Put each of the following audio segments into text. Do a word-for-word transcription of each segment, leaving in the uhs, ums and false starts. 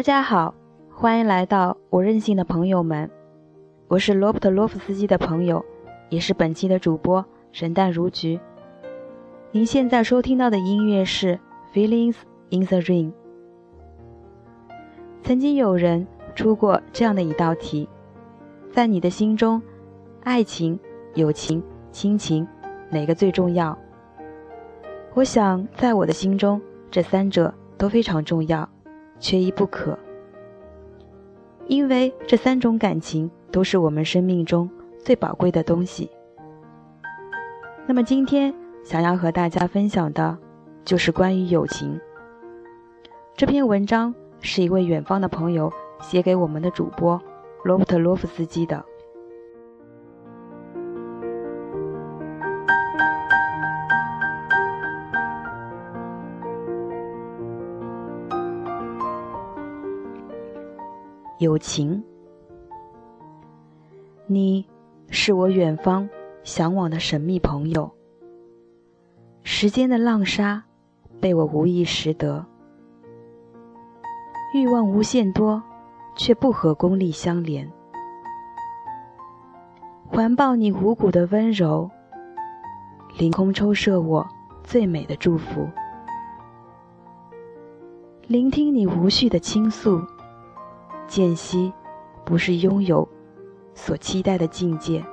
大家好，欢迎来到我任性的朋友们，我是罗伯特罗夫斯基的朋友，也是本期的主播神淡如菊。您现在收听到的音乐是 Feelings in the Rain。 曾经有人出过这样的一道题，在你的心中，爱情、友情、亲情哪个最重要？我想在我的心中，这三者都非常重要，缺一不可。因为这三种感情都是我们生命中最宝贵的东西。那么今天想要和大家分享的就是关于友情。这篇文章是一位远方的朋友写给我们的主播罗伯特罗夫斯基的。友情，你是我远方向往的神秘朋友。时间的浪沙被我无意识得，欲望无限多，却不和功利相连。环抱你无骨的温柔，凌空抽射我最美的祝福。聆听你无序的倾诉，间隙不是拥有所期待的境界。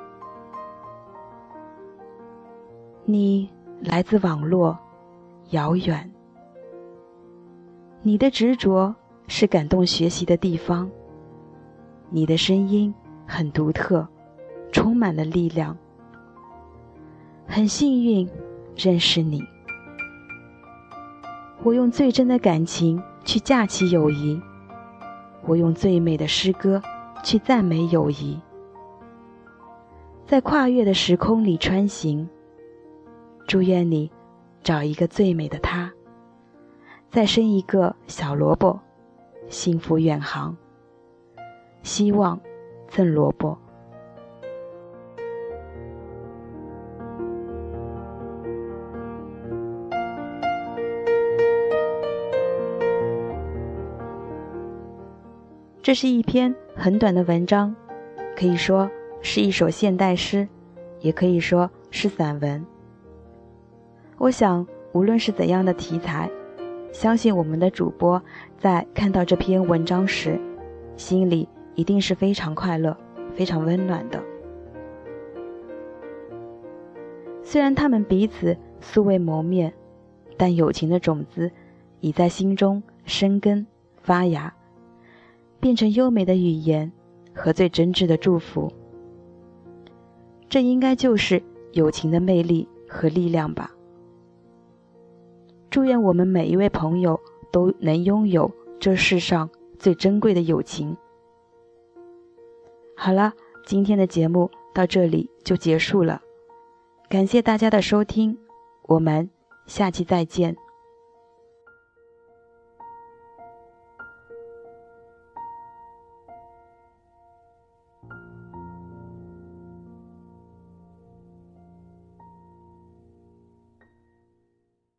你来自网络遥远，你的执着是感动学习的地方，你的声音很独特，充满了力量。很幸运认识你，我用最真的感情去架起友谊，我用最美的诗歌去赞美友谊。在跨越的时空里穿行，祝愿你找一个最美的他，再生一个小萝卜，幸福远航。希望赠萝卜。这是一篇很短的文章，可以说是一首现代诗，也可以说是散文。我想无论是怎样的题材，相信我们的主播在看到这篇文章时，心里一定是非常快乐，非常温暖的。虽然他们彼此素未谋面，但友情的种子已在心中生根发芽，变成优美的语言和最真挚的祝福。这应该就是友情的魅力和力量吧。祝愿我们每一位朋友都能拥有这世上最珍贵的友情。好了，今天的节目到这里就结束了，感谢大家的收听，我们下期再见。